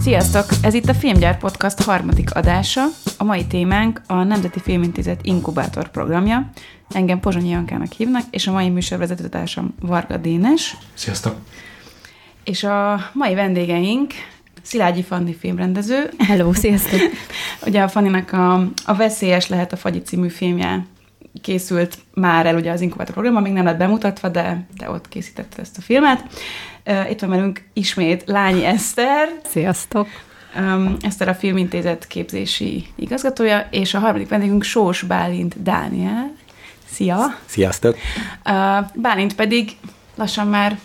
Sziasztok! Ez itt a Filmgyár Podcast harmadik adása. A mai témánk a Nemzeti Filmintézet Inkubátor programja. Engem Pozsonyi Jankának hívnak, és a mai műsorvezetőtársam Varga Dénes. Sziasztok! És a mai vendégeink Szilágyi Fanni filmrendező. Hello, sziasztok! Ugye a Fanninak a Veszélyes lehet a Fagyi című filmje készült már el ugye az Inkubátor programban, még nem lett bemutatva, de ott készítette ezt a filmet. Itt van velünk ismét Lányi Eszter. Sziasztok! Eszter a Filmintézet képzési igazgatója, és a harmadik vendégünk Sós Bálint Dániel. Szia! Sziasztok! Bálint pedig lassan már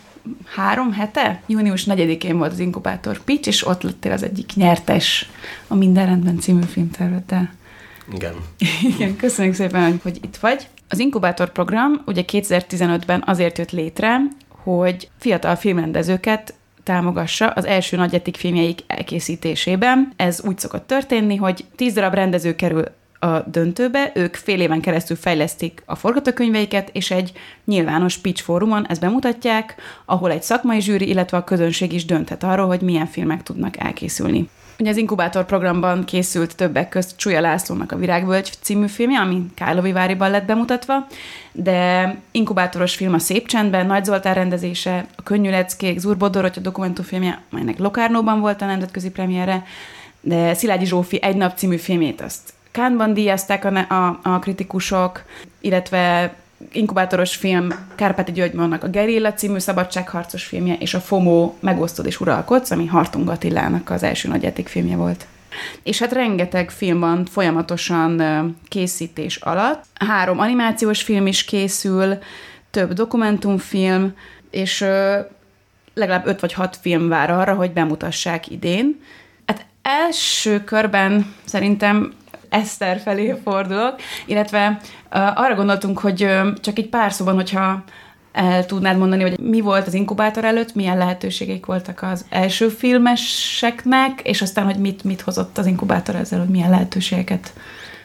3 hete, június 4-én volt az Inkubátor pitch, és ott lettél az egyik nyertes a Minden rendben című filmterülettel. Igen. Igen, köszönjük szépen, hogy itt vagy. Az Inkubátor program ugye 2015-ben azért jött létre, hogy fiatal filmrendezőket támogassa az első nagyjáték filmjeik elkészítésében. Ez úgy szokott történni, hogy 10 darab rendező kerül a döntőbe, ők fél éven keresztül fejlesztik a forgatókönyveiket, és egy nyilvános pitch fórumon ezt bemutatják, ahol egy szakmai zsűri, illetve a közönség is dönthet arról, hogy milyen filmek tudnak elkészülni. Ugye az Inkubátor programban készült többek közt Csúlya Lászlónak a Virágvölgy című filmje, ami Kárloviváriban lett bemutatva, de inkubátoros film a Szép csendben, Nagy Zoltán rendezése, a Könnyű leckék, Zurbó Dorottya dokumentumfilmje, amelynek Locarnóban volt a nemzetközi premierre, de Szilágyi Zsófi Egy nap című filmjét azt Cannes-ban díjazták a kritikusok, illetve inkubátoros film Kárpáti Györgymannak a Gerilla című szabadságharcos filmje, és a FOMO Megosztod és uralkodsz, ami Hartung Attilának az első nagyjátékfilmje volt. És hát rengeteg film van folyamatosan készítés alatt. 3 animációs film is készül, több dokumentumfilm, és legalább 5 vagy 6 film vár arra, hogy bemutassák idén. Hát első körben szerintem Eszter felé fordulok, illetve arra gondoltunk, hogy csak egy pár szóban, hogyha el tudnád mondani, hogy mi volt az inkubátor előtt, milyen lehetőségeik voltak az első filmeseknek, és aztán, hogy mit hozott az inkubátor ezzel, hogy milyen lehetőségeket.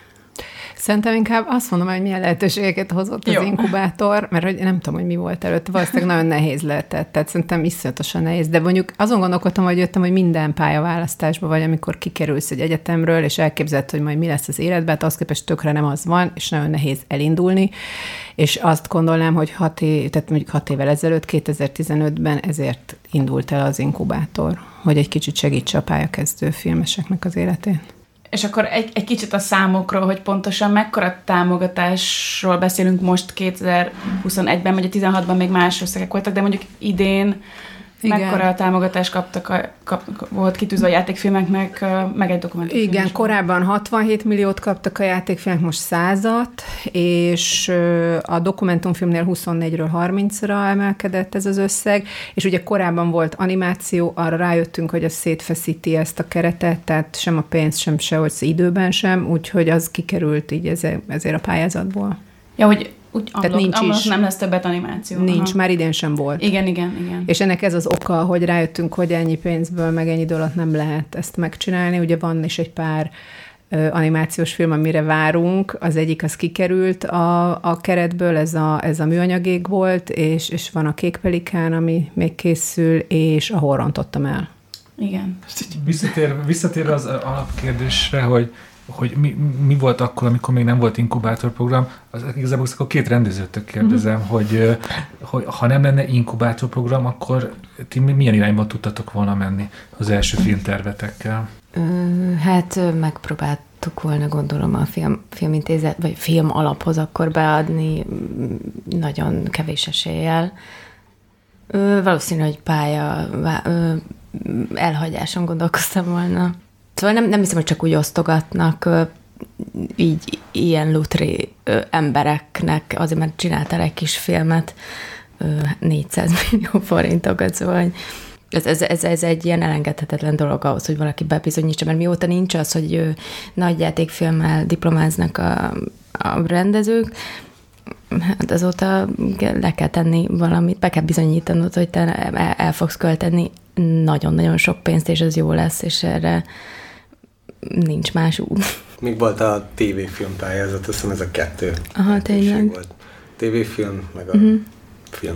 Szerintem inkább azt mondom, hogy milyen lehetőségeket hozott az inkubátor, mert hogy nem tudom, hogy mi volt előtt. Valószínűleg nagyon nehéz lehetett, tehát szerintem iszonyatosan nehéz. De mondjuk azon gondolkodtam, hogy jöttem, hogy minden pályaválasztásban vagy, amikor kikerülsz egy egyetemről, és elképzeled, hogy majd mi lesz az életben, hát azt képest tökre nem az van, és nagyon nehéz elindulni. És azt gondolnám, hogy 6 évvel ezelőtt, 2015-ben ezért indult el az inkubátor, hogy egy kicsit segítse a pályakezdő filmeseknek az életén. És akkor egy kicsit a számokról, hogy pontosan mekkora támogatásról beszélünk most 2021-ben, vagy 16-ban még más összegek voltak, de mondjuk idén igen. Mekkora támogatást volt kitűzve a játékfilmeknek, meg egy dokumentumfilm. Igen, korábban 67 milliót kaptak a játékfilmek, most 100-at, és a dokumentumfilmnél 24-ről 30-ra emelkedett ez az összeg, és ugye korábban volt animáció, arra rájöttünk, hogy az szétfeszíti ezt a keretet, tehát sem a pénz, sem sehogy időben sem, úgyhogy az kikerült így ezért a pályázatból. Ja, hogy tehát nincs is. Nem lesz többet animáció. Nincs, már idén sem volt. Igen. És ennek ez az oka, hogy rájöttünk, hogy ennyi pénzből, meg ennyi idő alatt nem lehet ezt megcsinálni. Ugye van is egy pár animációs film, amire várunk. Az egyik az kikerült a keretből, ez a műanyagég volt, és van a Kék Pelikán, ami még készül, és a Hol rontottam el. Igen. Visszatérve az alapkérdésre, hogy mi volt akkor, amikor még nem volt inkubátorprogram, az igazából akkor 2 rendezőtől kérdezem, hogy ha nem lenne inkubátorprogram, akkor ti milyen irányba tudtatok volna menni az első filmtervetekkel? Hát megpróbáltuk volna, gondolom, a filmintézet, vagy film alaphoz akkor beadni nagyon kevés eséllyel. Valószínű, hogy pálya elhagyáson gondolkoztam volna. Szóval nem hiszem, hogy csak úgy osztogatnak így ilyen lutri embereknek, azért mert csináltál egy kis filmet 400 millió forintokat, szóval ez egy ilyen elengedhetetlen dolog ahhoz, hogy valaki bebizonyítsa, mert mióta nincs az, hogy nagy játékfilmmel diplomáznak a rendezők, hát azóta le kell tenni valamit, be kell bizonyítanod, hogy te el fogsz költeni nagyon-nagyon sok pénzt, és ez jó lesz, és erre nincs más út. Még volt a tévéfilm pályázat, azt hiszem ez a 2. Aha, tényleg. Volt. Tévéfilm, meg a film alap.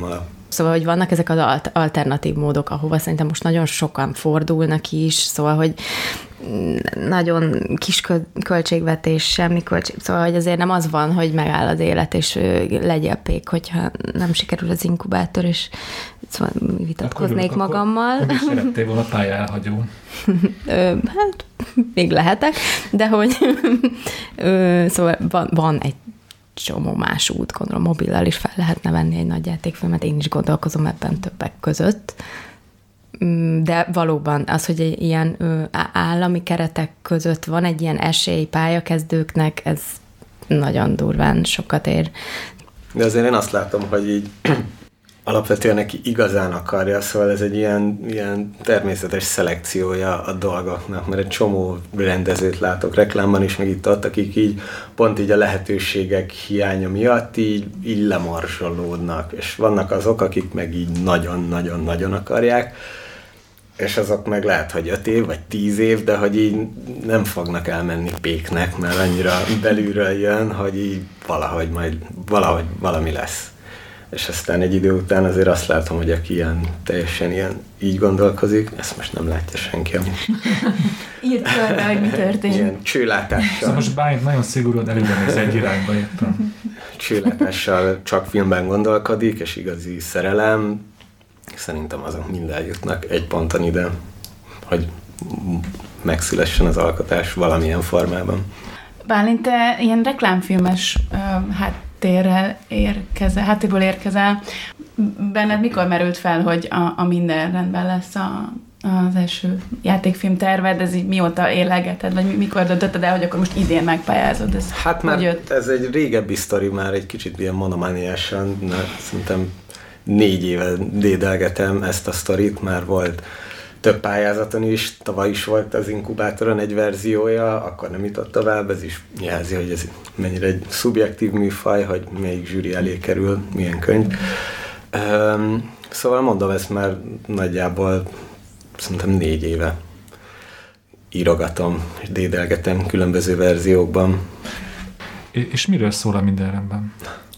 Szóval, hogy vannak ezek az alternatív módok, ahova szerintem most nagyon sokan fordulnak is, szóval, hogy nagyon kis költségvetés, semmi költség. Szóval, hogy azért nem az van, hogy megáll az élet, és legyél pék, hogyha nem sikerül az inkubátor, és szóval vitatkoznék magammal. Akkor szerettél volna pályálhagyó. Hát, még lehetek, de hogy szóval van egy csomó más út, gondolom, mobillal is fel lehetne venni egy nagy játékfilmet, én is gondolkozom ebben többek között. De valóban az, hogy egy ilyen állami keretek között van egy ilyen esély pályakezdőknek, ez nagyon durván sokat ér. De azért én azt látom, hogy így alapvetően neki igazán akarja, szóval ez egy ilyen természetes szelekciója a dolgoknak, mert egy csomó rendezőt látok reklámban is, meg itt ott, akik így pont így a lehetőségek hiánya miatt így lemarzsolódnak, és vannak azok, akik meg így nagyon-nagyon-nagyon akarják, és azok meg lehet, hogy 5 év, vagy 10 év, de hogy így nem fognak elmenni péknek, mert annyira belülről jön, hogy így valahogy valami lesz. És aztán egy idő után azért azt látom, hogy aki teljesen így gondolkozik, ezt most nem látja senki. Írt körbe, hogy mi történt. Ilyen csőlátással. Szóval most Bálint nagyon szigorúan előrenéz egy irányba éppen. Csőlátással csak filmben gondolkodik, és igazi szerelem. Szerintem azok mind eljutnak egy ponton ide, hogy megszülessen az alkotás valamilyen formában. Bálint, te ilyen reklámfilmes háttérből érkezel. Benned mikor merült fel, hogy a minden rendben lesz az első játékfilm terved? Ez így mióta érlegeted? Vagy mikor döntötted el, hogy akkor most idén megpályázod? Hát már ez egy régebbi sztori, már egy kicsit ilyen monomániásan, szerintem 4 éve dédelgetem ezt a sztorit, már volt több pályázaton is, tavaly is volt az inkubátoron egy verziója, akkor nem jutott tovább, ez is jelzi, hogy ez mennyire egy szubjektív műfaj, hogy melyik zsűri elé kerül, milyen könyv. Szóval mondom, ezt már nagyjából szerintem 4 éve írogatom, és dédelgetem különböző verziókban. És miről szól a minden rendben?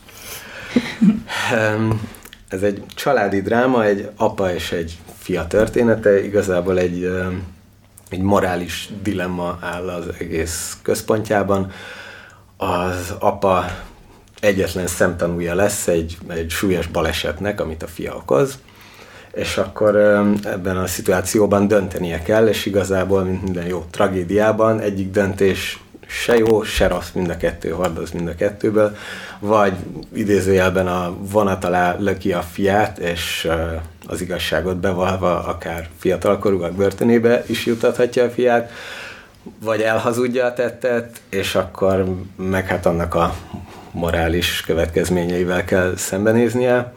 Ez egy családi dráma, egy apa és egy fia története, igazából egy morális dilemma áll az egész központjában. Az apa egyetlen szemtanúja lesz egy súlyos balesetnek, amit a fia okoz, és akkor ebben a szituációban döntenie kell, és igazából, mint minden jó tragédiában, egyik döntés se jó, se rossz, mind a kettő, hordoz mind a kettőből, vagy idézőjelben a vonat alá löki a fiát, és az igazságot bevallva akár fiatalkorúak börtönébe is juttathatja a fiát, vagy elhazudja a tettet, és akkor meg hát annak a morális következményeivel kell szembenéznie.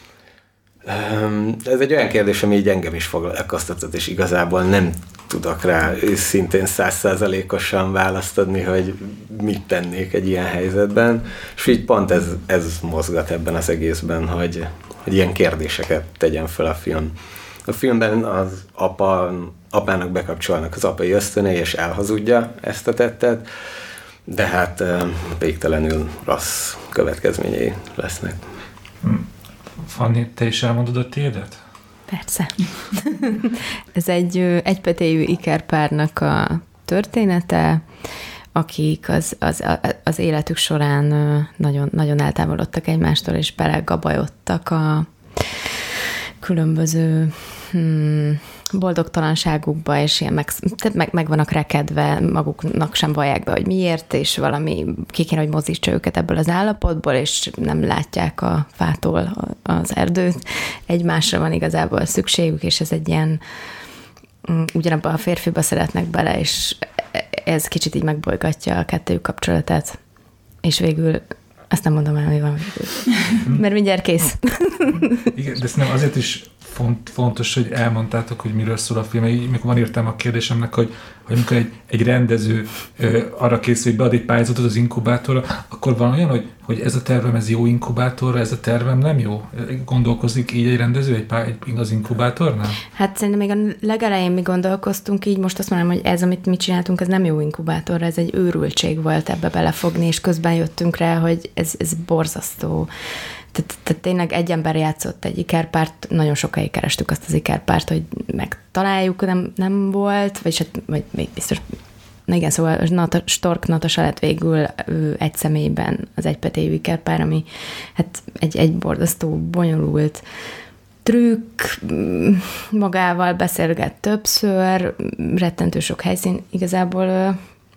Ez egy olyan kérdés, ami így engem is foglalkoztatott, és igazából nem tudok rá őszintén 100%-osan választ adni, hogy mit tennék egy ilyen helyzetben, és így pont ez mozgat ebben az egészben, hogy ilyen kérdéseket tegyen fel a film. A filmben az apának bekapcsolnak az apai ösztönei, és elhazudja ezt a tettet, de hát végtelenül rossz következményei lesznek. Fanni, te is elmondod a tiédet? Persze. Ez egy egypetéjű ikerpárnak a története, akik az életük során nagyon, nagyon eltávolodtak egymástól, és belegabajodtak a különböző boldogtalanságukba, és ilyen meg vannak rekedve, maguknak sem vallják be, hogy miért, és valami ki kéne, hogy mozdítsa őket ebből az állapotból, és nem látják a fától az erdőt. Egymásra van igazából szükségük, és ez egy ilyen ugyanabban a férfiba szeretnek bele, és ez kicsit így megbolygatja a kettőjük kapcsolatát. És végül azt nem mondom el, hogy van végül. Mert mindjárt kész. Igen, de szerintem azért is fontos, hogy elmondtátok, hogy miről szól a film. Mikor van értelme a kérdésemnek, hogy amikor egy rendező arra készül, hogy bead egy pályázatot az inkubátorra, akkor van olyan, hogy ez a tervem, ez jó inkubátorra, ez a tervem nem jó? Gondolkozik így egy rendező az inkubátornál? Hát szerintem még a legelején mi gondolkoztunk így, most azt mondom, hogy ez, amit mi csináltunk, ez nem jó inkubátorra, ez egy őrültség volt ebbe belefogni, és közben jöttünk rá, hogy ez borzasztó Tehát tényleg egy ember játszott egy ikerpárt, nagyon sokáig kerestük azt az ikerpárt, hogy megtaláljuk, nem volt, vagy még biztos. Na igen, szóval Stork Natasa lett végül egy személyben az egypetéjű ikerpár, ami hát egy borzasztó bonyolult trükk, magával beszélget többször, rettentő sok helyszín, igazából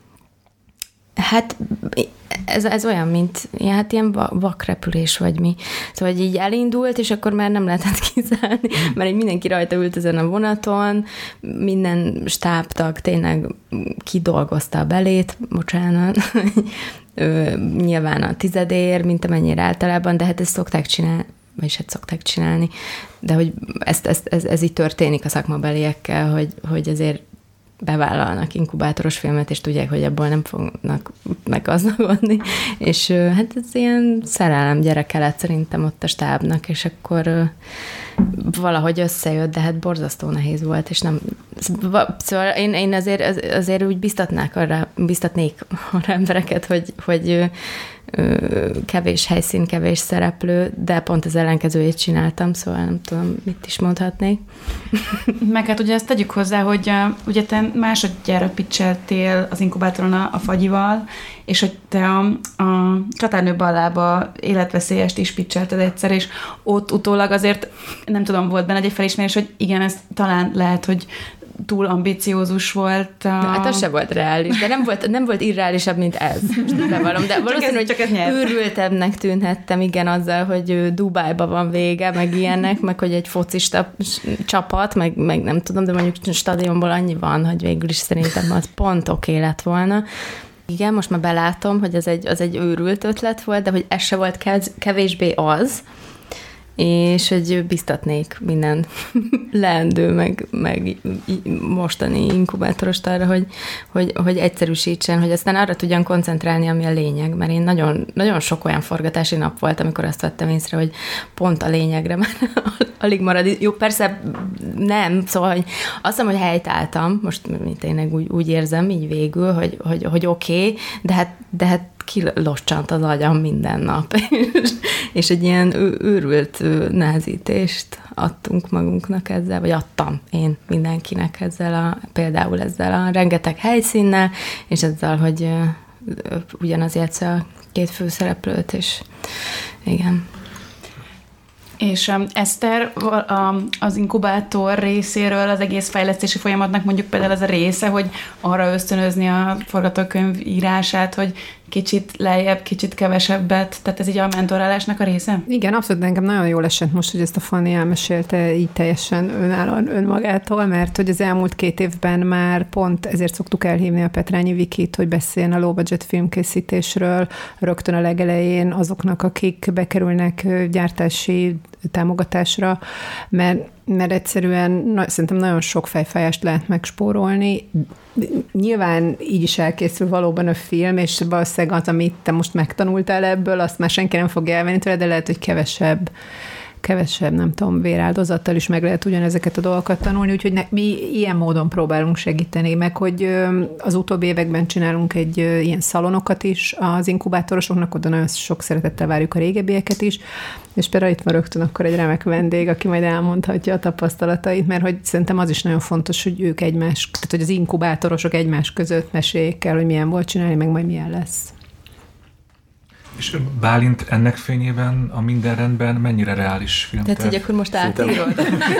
hát ez olyan, mint ilyen vakrepülés vagy mi. Szóval így elindult, és akkor már nem lehetett kiszállni, mert így mindenki rajta ült ezen a vonaton, minden stábtag tényleg kidolgozta a belét, bocsánat, nyilván a tizedér, mint amennyire általában, de hát ezt szokták csinálni, de hogy ez így történik a szakmabeliekkel, hogy azért bevállalnak inkubátoros filmet, és tudják, hogy ebből nem fognak meggazdagodni, és hát ez ilyen szerelem gyereke lett szerintem ott a stábnak, és akkor valahogy összejött, de hát borzasztó nehéz volt, és nem... Szóval én azért úgy biztatnék arra embereket, hogy kevés helyszín, kevés szereplő, de pont az ellenkezőjét csináltam, szóval nem tudom, mit is mondhatnék. Meg hát ugye ezt tegyük hozzá, hogy ugye te másodjára pitcheltél az inkubátoron a Fagyival, és hogy te a Csatárnő ballába életveszélyest is pitchelted egyszer, és ott utólag azért, nem tudom, volt benne egy felismerés, hogy igen, ez talán lehet, hogy túl ambiciózus volt. Hát az se volt reális, de nem volt irreálisabb, mint ez. Most bevallom, de valószínű, hogy őrültebbnek tűnhettem, igen, azzal, hogy Dubájban van vége, meg ilyenek, meg hogy egy focista csapat, meg nem tudom, de mondjuk stadionból annyi van, hogy végül is szerintem az pont oké lett volna. Igen, most már belátom, hogy az egy őrült ötlet volt, de hogy ez se volt kevésbé az, és hogy biztatnék minden leendő, meg mostani inkubátorost arra, hogy egyszerűsítsen, hogy aztán arra tudjan koncentrálni, ami a lényeg, mert én nagyon, nagyon sok olyan forgatási nap volt, amikor azt vettem észre, hogy pont a lényegre már alig marad. Jó, persze nem, szóval hogy azt hiszem, hogy helytálltam, most tényleg úgy érzem, így végül, hogy oké, de hát kilocsant az agyam minden nap, és egy ilyen őrült nehezítést adtunk magunknak ezzel, vagy adtam én mindenkinek például ezzel a rengeteg helyszínnel, és ezzel, hogy ugyanaz játsza a két főszereplőt, és igen. És Eszter, az inkubátor részéről az egész fejlesztési folyamatnak mondjuk például ez a része, hogy arra ösztönözni a forgatókönyv írását, hogy kicsit lejjebb, kicsit kevesebbet, tehát ez így a mentorálásnak a része? Igen, abszolút engem nagyon jól esett most, hogy ezt a Fanny elmesélte így teljesen önállóan önmagától, mert hogy az elmúlt 2 évben már pont ezért szoktuk elhívni a Petrányi Vikit, hogy beszéljen a low budget filmkészítésről rögtön a legelején azoknak, akik bekerülnek gyártási támogatásra, mert egyszerűen szerintem nagyon sok fejfájást lehet megspórolni. Nyilván így is elkészül valóban a film, és valószínűleg az, amit te most megtanultál ebből, azt már senki nem fogja elvenni tőle, de lehet, hogy kevesebb, nem tudom, véráldozattal is meg lehet ugyanezeket a dolgokat tanulni, úgyhogy mi ilyen módon próbálunk segíteni, meg hogy az utóbbi években csinálunk egy ilyen szalonokat is az inkubátorosoknak, oda nagyon sok szeretettel várjuk a régebbieket is, és például itt van rögtön akkor egy remek vendég, aki majd elmondhatja a tapasztalatait, mert hogy szerintem az is nagyon fontos, hogy ők tehát hogy az inkubátorosok egymás között meséljék el, hogy milyen volt csinálni, meg majd milyen lesz. És Bálint ennek fényében a Minden rendben mennyire reális film? Tehát, hogy akkor most átírod?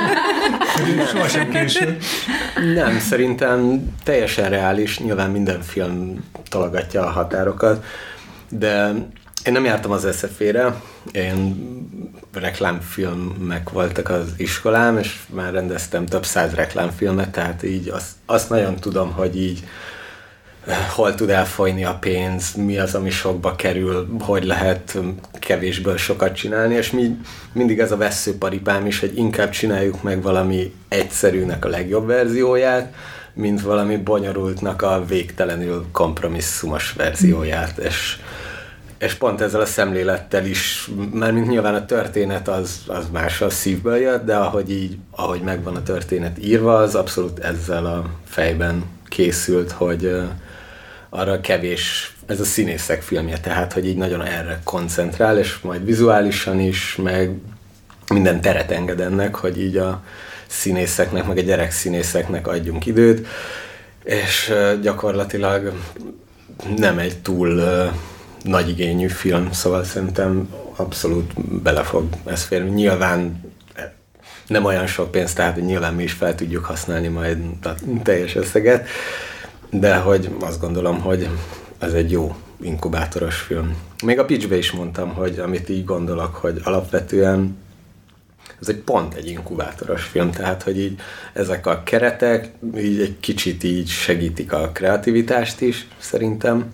Sohasem késő. Nem, szerintem teljesen reális, nyilván minden film tologatja a határokat, de én nem jártam az SZF-re, én reklámfilmek voltak az iskolám, és már rendeztem több 100 reklámfilmet, tehát így azt nagyon tudom, hogy így hol tud elfolyni a pénz, mi az, ami sokba kerül, hogy lehet kevésből sokat csinálni, és mindig ez a vesszőparipám is, hogy inkább csináljuk meg valami egyszerűnek a legjobb verzióját, mint valami bonyolultnak a végtelenül kompromisszumos verzióját, és pont ezzel a szemlélettel is, mármint nyilván a történet az mással szívből jött, de ahogy megvan a történet írva, az abszolút ezzel a fejben készült, hogy arra kevés ez a színészek filmje, tehát, hogy így nagyon erre koncentrál, és majd vizuálisan is, meg minden teret enged ennek, hogy így a színészeknek, meg a gyerekszínészeknek adjunk időt, és gyakorlatilag nem egy túl nagy igényű film, szóval szerintem abszolút bele fog ez férni. Nyilván nem olyan sok pénzt, tehát nyilván mi is fel tudjuk használni majd a teljes összeget, de hogy azt gondolom, hogy ez egy jó inkubátoros film. Még a pitchbe is mondtam, hogy amit így gondolok, hogy alapvetően ez pont egy inkubátoros film, tehát hogy így ezek a keretek így egy kicsit így segítik a kreativitást is, szerintem,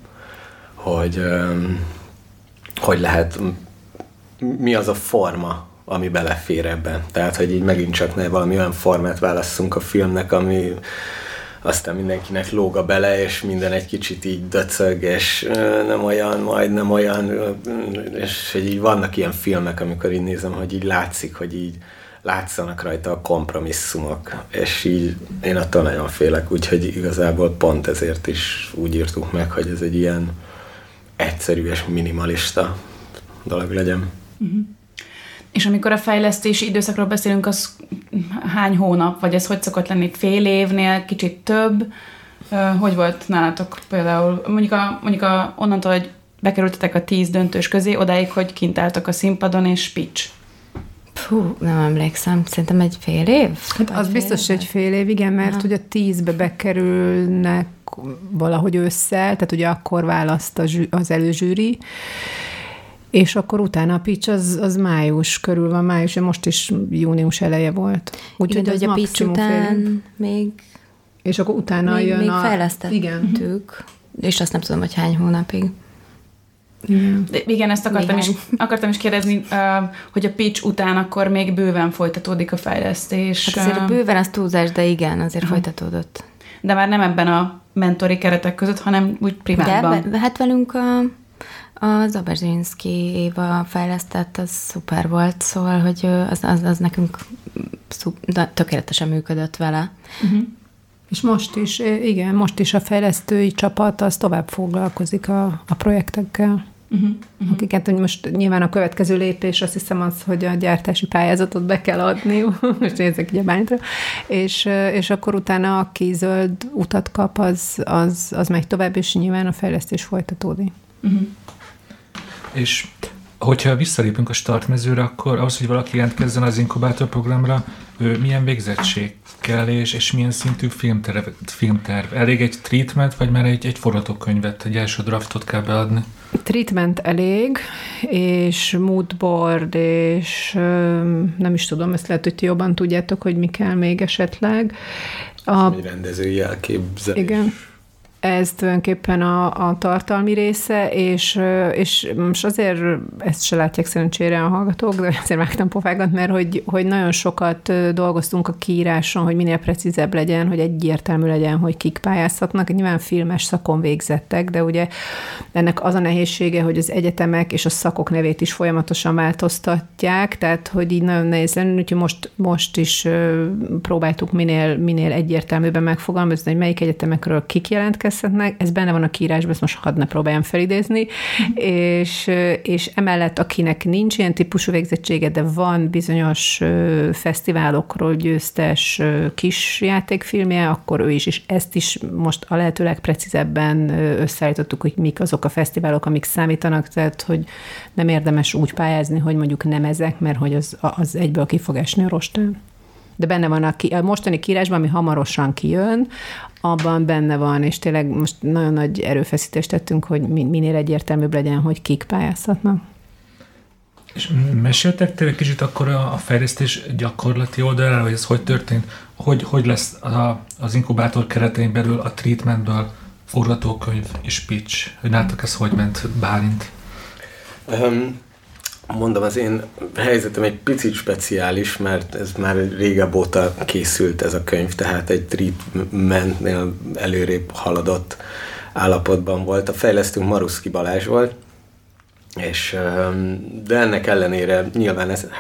hogy lehet, mi az a forma, ami belefér ebben. Tehát, hogy így megint csak ne valami olyan formát válasszunk a filmnek, ami aztán mindenkinek lóga bele, és minden egy kicsit így döcög, és nem olyan, majd nem olyan, és hogy így vannak ilyen filmek, amikor így nézem, hogy így látszik, hogy így látszanak rajta a kompromisszumok, és így én attól nagyon félek, úgyhogy igazából pont ezért is úgy írtuk meg, hogy ez egy ilyen egyszerű és minimalista dolog legyen. Uh-huh. És amikor a fejlesztési időszakról beszélünk, az hány hónap, vagy ez hogy szokott lenni, fél évnél, kicsit több? Hogy volt nálatok például? Mondjuk onnantól, hogy bekerültetek a 10 döntős közé, odáig, hogy kint álltak a színpadon, és pitch. Fú, nem emlékszem, szerintem egy fél év? Hát az biztos, hogy fél év, igen, mert ugye 10-be bekerülnek valahogy ősszel, tehát ugye akkor választ az előzsűri, és akkor utána a pitch az május körül van, május, most is június eleje volt. Úgyhogy hogy a pitch után még... És akkor utána jön még fejlesztettük, és azt nem tudom, hogy hány hónapig. Igen, ezt akartam is kérdezni, hogy a pitch után akkor még bőven folytatódik a fejlesztés. Hát azért bőven az túlzás, de igen, azért folytatódott. De már nem ebben a mentori keretek között, hanem úgy privátban. De hát velünk az Aberzsinszki Éva fejlesztett, az szuper volt, szóval, hogy az nekünk tökéletesen működött vele. Uh-huh. És most is a fejlesztői csapat az tovább foglalkozik a projektekkel. Akiket, hogy most nyilván a következő lépés azt hiszem az, hogy a gyártási pályázatot be kell adni, most nézzek így a bányra, és akkor utána aki zöld utat kap, az megy tovább, és nyilván a fejlesztés folytatódik. És hogyha visszalépünk a startmezőre, akkor ahhoz, hogy valaki jelentkezzen az inkubátor programra, milyen végzettség kell, és milyen szintű filmterv? Elég egy treatment, vagy már egy forgatókönyvet, egy első draftot kell beadni? Treatment elég, és moodboard, és nem is tudom, ezt lehet, hogy ti jobban tudjátok, hogy mi kell még esetleg. Egy rendezői elképzelés. Igen. Ez tulajdonképpen a tartalmi része, és most azért ezt se látják szerencsére a hallgatók, de azért vágtam pofágat, mert hogy nagyon sokat dolgoztunk a kiíráson, hogy minél precízebb legyen, hogy egyértelmű legyen, hogy kik pályázhatnak. Nyilván filmes szakon végzettek, de ugye ennek az a nehézsége, hogy az egyetemek és a szakok nevét is folyamatosan változtatják, tehát hogy így nagyon nehéz lenni, úgyhogy most is próbáltuk minél egyértelműbben megfogalmazni, hogy melyik egyetemekről kik jelentkeznek. Ez benne van a kiírásban, ezt most hadd ne próbáljam felidézni, és emellett akinek nincs ilyen típusú végzettsége, de van bizonyos fesztiválokról győztes kis játékfilmje, akkor ő is, és ezt is most a lehető legprecízebben összeállítottuk, hogy mik azok a fesztiválok, amik számítanak, tehát hogy nem érdemes úgy pályázni, hogy mondjuk nem ezek, mert hogy az egyből ki fog esni a rostán. De benne van a mostani kiírásban, ami hamarosan kijön, abban benne van, és tényleg most nagyon nagy erőfeszítést tettünk, hogy minél egyértelműbb legyen, hogy kik pályázhatnak. És meséltek tényleg kicsit akkor a fejlesztés gyakorlati oldalára, hogy ez hogy történt? Hogy lesz az inkubátor keretein belül a treatmentből forgatókönyv és pitch? Hogy nálatok ez hogy ment, Bálint? Mondom, az én helyzetem egy picit speciális, mert ez már régebb óta készült ez a könyv, tehát egy treatmentnél előrébb haladott állapotban volt. A fejlesztőnk Maruszki Balázs volt, de ennek ellenére nyilván ez,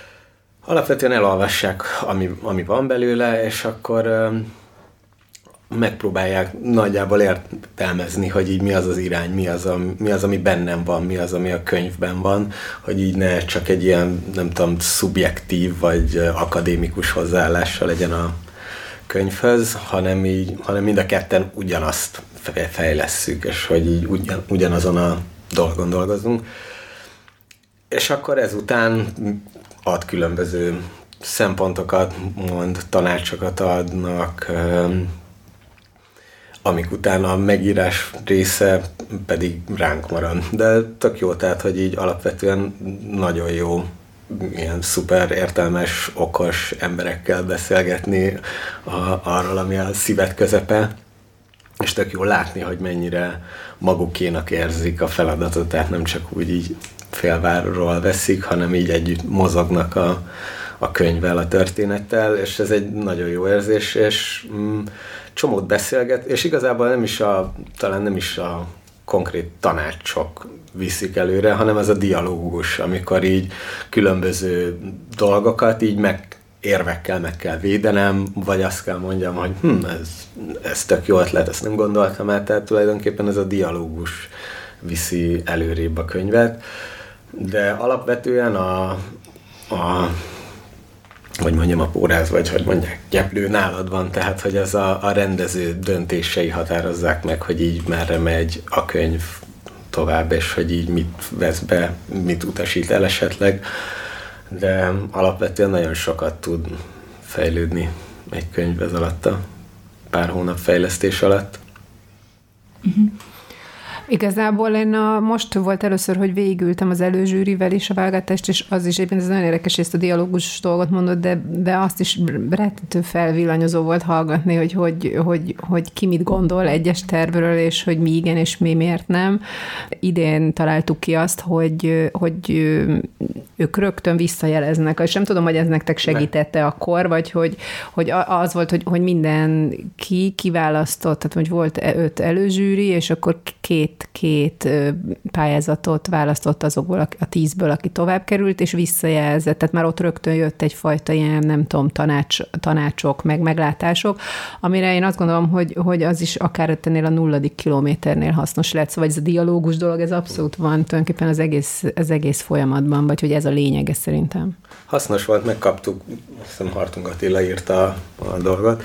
alapvetően elolvassák, ami van belőle, és akkor megpróbálják nagyjából értelmezni, hogy így mi az az irány, mi az, ami bennem van, mi az, ami a könyvben van, hogy így ne csak egy ilyen, nem tudom, szubjektív vagy akadémikus hozzáállással legyen a könyvhöz, hanem mind a ketten ugyanazt fejlesszük, és hogy így ugyanazon a dolgon dolgozunk. És akkor ezután ad különböző szempontokat mond, tanácsokat adnak, amik után a megírás része pedig ránk marad. De tök jó, tehát, hogy így alapvetően nagyon jó ilyen szuper értelmes, okos emberekkel beszélgetni arról, ami a szíved közepe, és tök jó látni, hogy mennyire magukénak érzik a feladatot, tehát nem csak úgy így félvárról veszik, hanem így együtt mozognak a könyvvel, a történettel, és ez egy nagyon jó érzés, és csomót beszélget, és igazából talán nem is a konkrét tanácsok viszik előre, hanem ez a dialógus, amikor így különböző dolgokat így érvekkel meg kell védenem, vagy azt kell mondjam, hogy ez tök jó ötlet, ezt nem gondoltam át, tehát tulajdonképpen ez a dialógus viszi előrébb a könyvet, de alapvetően a póráz, vagy hogy mondják, gyeplő nálad van, tehát, hogy ez a rendező döntései határozzák meg, hogy így merre megy a könyv tovább, és hogy így mit vesz be, mit utasít el esetleg, de alapvetően nagyon sokat tud fejlődni egy könyv ez alatt a pár hónap fejlesztés alatt. Igazából én most volt először, hogy végigültem az előzsűrivel is a válogatást, és az is éppen ez nagyon érdekes, ezt a dialógus dolgot mondott, de azt is rettentő felvillanyozó volt hallgatni, hogy ki mit gondol egyes tervről, és hogy mi igen, és mi miért nem. Idén találtuk ki azt, hogy ők rögtön visszajeleznek, és nem tudom, hogy ez nektek segítette akkor, vagy hogy az volt, hogy mindenki kiválasztott, tehát hogy volt 5 előzsűri, és akkor két pályázatot választott azokból a 10-ből, aki tovább került, és visszajelzett. Tehát már ott rögtön jött egyfajta ilyen, nem tudom, tanácsok, meg meglátások, amire én azt gondolom, hogy az is akár ennél a 0. kilométernél hasznos lett. Szóval ez a dialógus dolog, ez abszolút van tulajdonképpen az egész folyamatban, vagy hogy ez a lényege szerintem. Hasznos volt, megkaptuk, azt hiszem Hartung Attila írta a dolgot.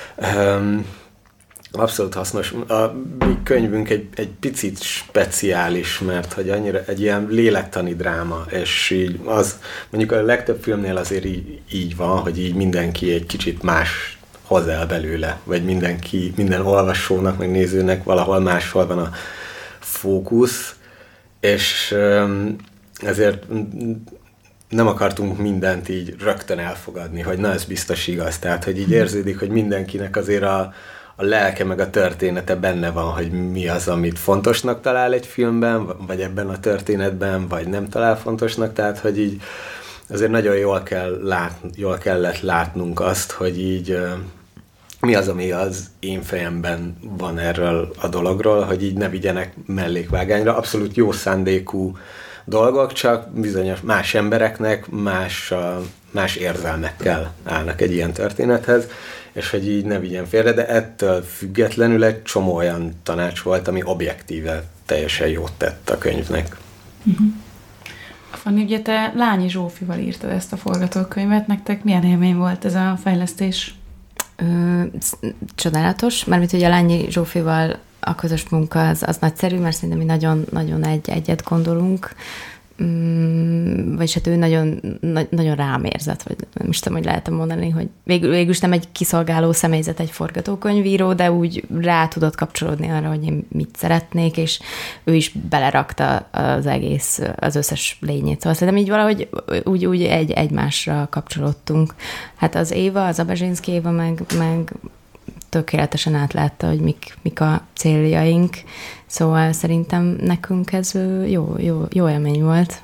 Abszolút hasznos. A mi könyvünk egy picit speciális, mert hogy annyira egy ilyen lélektani dráma, és így az, mondjuk a legtöbb filmnél azért így van, hogy így mindenki egy kicsit más hoz el belőle, vagy minden olvasónak, meg nézőnek valahol máshol van a fókusz, és ezért nem akartunk mindent így rögtön elfogadni, hogy na, ez biztos igaz. Tehát, hogy így érződik, hogy mindenkinek azért a lelke meg a története benne van, hogy mi az, amit fontosnak talál egy filmben, vagy ebben a történetben, vagy nem talál fontosnak, tehát, hogy így azért nagyon jól kellett látnunk azt, hogy így mi az, ami az én fejemben van erről a dologról, hogy így ne vigyenek mellékvágányra. Abszolút jó szándékú dolgok, csak bizonyos más embereknek más érzelmekkel állnak egy ilyen történethez, és hogy így ne vigyen félre, de ettől függetlenül egy csomó olyan tanács volt, ami objektíve teljesen jót tett a könyvnek. Fanni, ugye te Lányi Zsófival írtad ezt a forgatókönyvet, nektek milyen élmény volt ez a fejlesztés? Csodálatos, mert ugye a Lányi Zsófival a közös munka az nagyszerű, mert szerintem mi nagyon egyet gondolunk, vagyis hát ő nagyon rám érzett, vagy nem is tudom, hogy lehet mondani, hogy végül is nem egy kiszolgáló személyzet, egy forgatókönyvíró, de úgy rá tudott kapcsolódni arra, hogy én mit szeretnék, és ő is belerakta az összes lényét. Szóval szerintem így valahogy úgy egymásra kapcsolódtunk. Hát az Éva, az Abezsinszky Éva meg tökéletesen átlátta, hogy mik a céljaink, szóval szerintem nekünk ez jó élmény volt.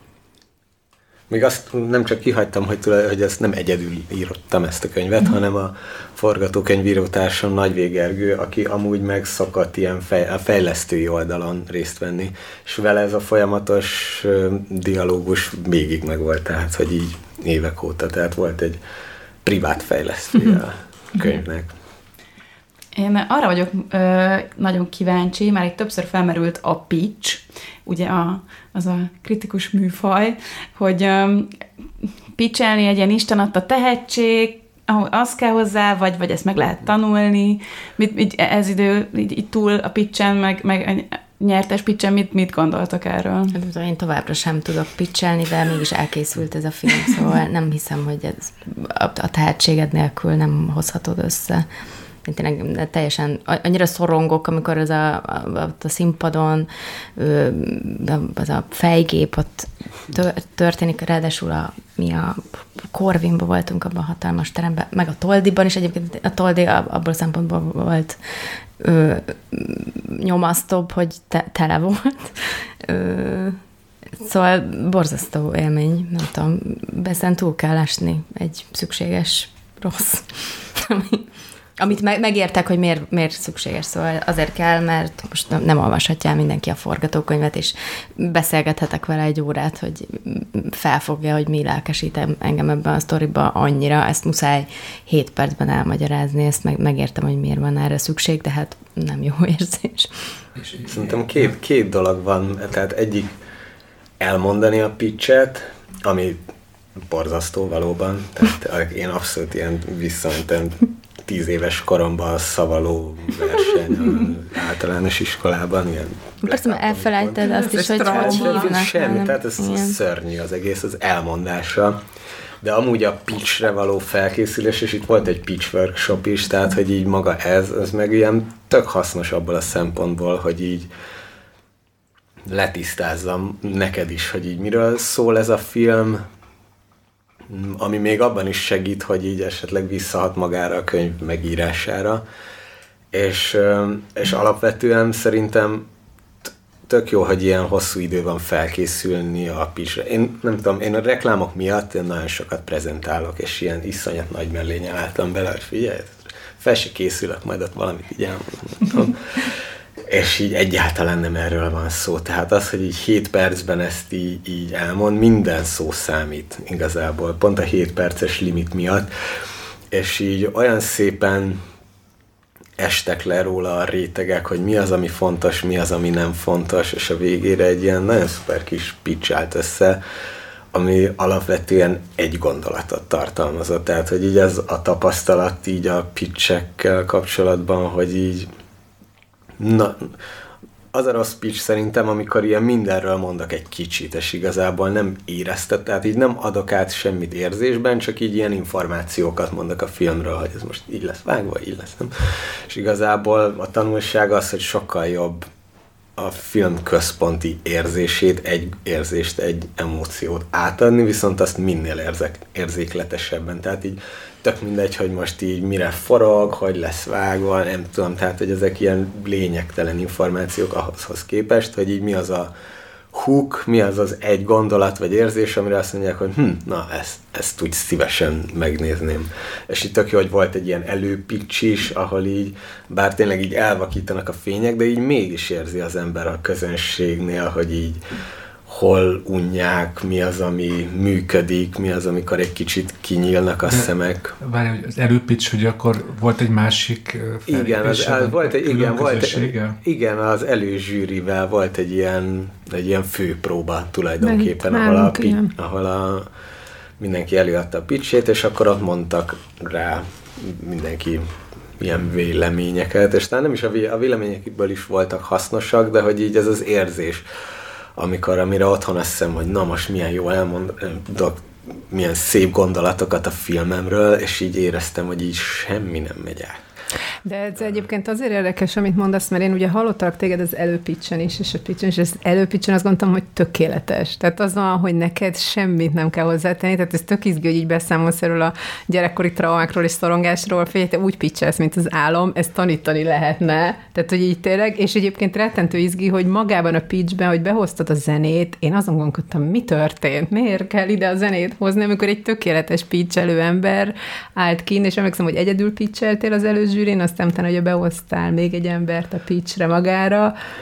Még azt nem csak kihagytam, hogy ezt nem egyedül írtam ezt a könyvet, hanem a forgatókönyvírótársam Nagyvég Gergő, aki amúgy meg szokott ilyen a fejlesztői oldalon részt venni, és vele ez a folyamatos dialógus végig meg volt, tehát hogy így évek óta, tehát volt egy privát fejlesztője a könyvnek. Én arra vagyok nagyon kíváncsi, már itt többször felmerült a pitch, ugye az a kritikus műfaj, hogy pitchelni egy ilyen Isten adta tehetség, az kell hozzá, vagy ezt meg lehet tanulni, ez idő így túl a pitchen, meg nyertes pitchen, mit gondoltok erről? Én továbbra sem tudok pitchelni, de mégis elkészült ez a film, szóval nem hiszem, hogy ez a tehetséged nélkül nem hozhatod össze. Én tényleg teljesen annyira szorongok, amikor az a színpadon az a fejgép ott történik, ráadásul a Corvinban voltunk abban a hatalmas teremben, meg a Toldiban is egyébként, a Toldi abból a szempontból volt nyomasztóbb, hogy tele volt. Szóval borzasztó élmény, nem tudom, ezen túl kell esni egy szükséges rossz. Amit megértek, hogy miért szükséges, szóval azért kell, mert most nem olvashatja el mindenki a forgatókönyvet, és beszélgethetek vele egy órát, hogy felfogja, hogy mi lelkesít engem ebben a sztoriban annyira, ezt muszáj 7 percben elmagyarázni, ezt megértem, hogy miért van erre szükség, de hát nem jó érzés. Szerintem két dolog van, tehát egyik elmondani a pitchet, ami borzasztó valóban, tehát én abszolút ilyen visszamentem 10 éves koromban a szavaló verseny általános iskolában. Ilyen persze, mert elfelejted azt is, hogy hívnak. Semmi, tehát ez szörnyű az egész, az elmondása. De amúgy a pitchre való felkészülés, és itt volt egy pitch workshop is, tehát hogy így maga ez meg ilyen tök hasznos abból a szempontból, hogy így letisztázzam neked is, hogy így miről szól ez a film, ami még abban is segít, hogy így esetleg visszahat magára a könyv megírására, és alapvetően szerintem tök jó, hogy ilyen hosszú idő van felkészülni a pitchre. Én nem tudom, én a reklámok miatt én nagyon sokat prezentálok, és ilyen iszonyat nagy mellényel álltam bele, hogy figyelj, fel se készülök, majd ott valamit így elmondom. És így egyáltalán nem erről van szó. Tehát az, hogy így 7 percben ezt így elmond, minden szó számít igazából, pont a 7 perces limit miatt, és így olyan szépen estek le róla a rétegek, hogy mi az, ami fontos, mi az, ami nem fontos, és a végére egy ilyen nagyon szuper kis pitch állt össze, ami alapvetően egy gondolatot tartalmazott. Tehát, hogy így ez a tapasztalat így a pitchekkel kapcsolatban, hogy így az a rossz pitch szerintem, amikor ilyen mindenről mondok egy kicsit, és igazából nem éreztet, tehát így nem adok át semmit érzésben, csak így ilyen információkat mondok a filmről, hogy ez most így lesz vágva, így lesz, nem? És igazából a tanulság az, hogy sokkal jobb a film központi érzését, egy érzést, egy emóciót átadni, viszont azt minél érzékletesebben. Tehát így tök mindegy, hogy most így mire forog, hogy lesz vágva, nem tudom, tehát hogy ezek ilyen lényegtelen információk ahhoz képest, hogy így mi az a hook, mi az az egy gondolat vagy érzés, amire azt mondják, hogy na, ezt úgy szívesen megnézném. És itt tök jó, hogy volt egy ilyen előpitch is, ahol így, bár tényleg így elvakítanak a fények, de így mégis érzi az ember a közönségnél, hogy így hol unják, mi az, ami működik, mi az, amikor egy kicsit kinyílnak a szemek. Várj, hogy az előpitch, hogy akkor volt egy másik igen, az előzsűrivel volt egy ilyen főpróba tulajdonképpen, ahol mindenki előadta a pitchét, és akkor ott mondtak rá mindenki ilyen véleményeket, és talán nem is a véleményekből is voltak hasznosak, de hogy így ez az érzés, amire otthon azt hiszem, hogy na most milyen jó elmondok, milyen szép gondolatokat a filmemről, és így éreztem, hogy így semmi nem megy át. De ez egyébként azért érdekes, amit mondasz, mert én ugye hallottalak téged az előpitchen is, és a pitchen is, és az előpitchen azt gondoltam, hogy tökéletes. Tehát az van, hogy neked semmit nem kell hozzátenni, tehát ez tök izgi, hogy így beszámolsz erről a gyerekkori traumákról és szorongásról, figyelj, te úgy pitchelsz, mint az álom, ezt tanítani lehetne. Tehát, hogy így tényleg, és egyébként rettentő izgi, hogy magában a pitchben, hogy behoztad a zenét, én azon gondolkodtam, mi történt, miért kell ide a zenét hozni, amikor egy tökéletes pitchelő ember állt kint, és emlékszem, hogy egyedül pitcheltél az előzsűrén, aztán utána, hogy behoztál még egy embert a pitchre magára,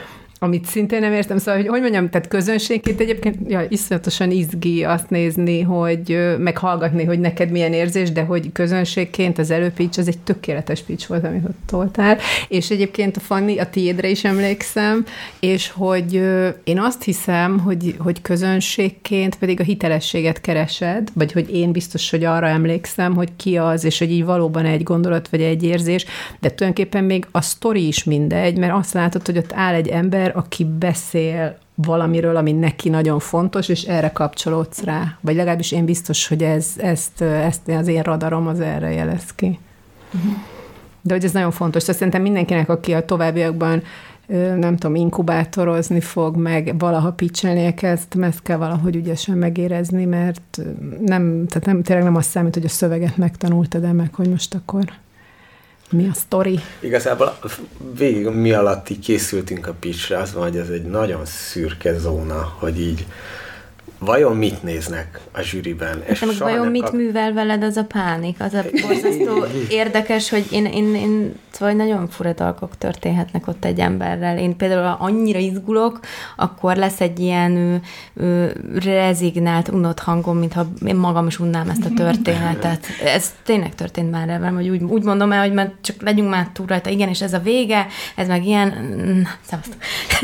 amit szintén nem értem, szóval, hogy mondjam, tehát közönségként egyébként iszonyatosan izgi azt nézni, hogy meghallgatni, hogy neked milyen érzés, de hogy közönségként az előpitch az egy tökéletes pitch volt, amit ott toltál, és egyébként a Fanni, a tiédre is emlékszem, és hogy én azt hiszem, hogy közönségként pedig a hitelességet keresed, vagy hogy én biztos, hogy arra emlékszem, hogy ki az, és hogy így valóban egy gondolat, vagy egy érzés, de tulajdonképpen még a sztori is mindegy, mert azt látod, hogy ott áll egy ember, aki beszél valamiről, ami neki nagyon fontos, és erre kapcsolódsz rá. Vagy legalábbis én biztos, hogy ezt az én radarom az erre jelez ki. De hogy ez nagyon fontos. Szóval szerintem mindenkinek, aki a továbbiakban nem tudom, inkubátorozni fog, meg valaha pitchelnie kezd, ezt kell valahogy ügyesen megérezni, mert tényleg nem azt számít, hogy a szöveget megtanultad-e meg, hogy most akkor mi a sztori? Igazából végig mi alatt így készültünk a pitchre, az van, hogy ez egy nagyon szürke zóna, hogy így vajon mit néznek a zsűriben? És vajon mit művel veled az a pánik? Az a borzasztó érdekes, hogy én szóval nagyon fura dolgok történhetnek ott egy emberrel. Én például annyira izgulok, akkor lesz egy ilyen rezignált, unott hangom, mintha én magam is unnám ezt a történetet. Ez tényleg történt már velem, hogy úgy mondom el, hogy már csak legyünk már túl rajta. Igen, és ez a vége, ez meg ilyen... Szevasztok.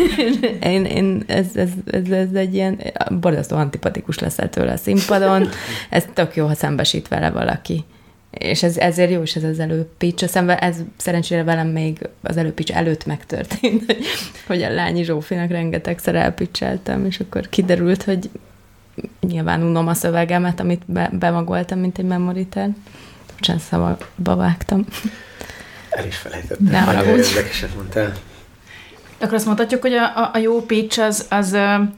Ez egy ilyen borzasztó antipatikus leszel tőle a színpadon. Ez tök jó, ha szembesít vele valaki. És ezért jó is ez az előpitch. Ez szerencsére velem még az előpitch előtt megtörtént, hogy a Lányi Zsófinak rengetegszer elpitcheltem, és akkor kiderült, hogy nyilván unom a szövegemet, amit bemagoltam, mint egy memoritel. Bocsánat, szabadba vágtam. El is felejtettem. Nagyon érdekeset mondtál. Akkor azt mondhatjuk, hogy a jó pitch az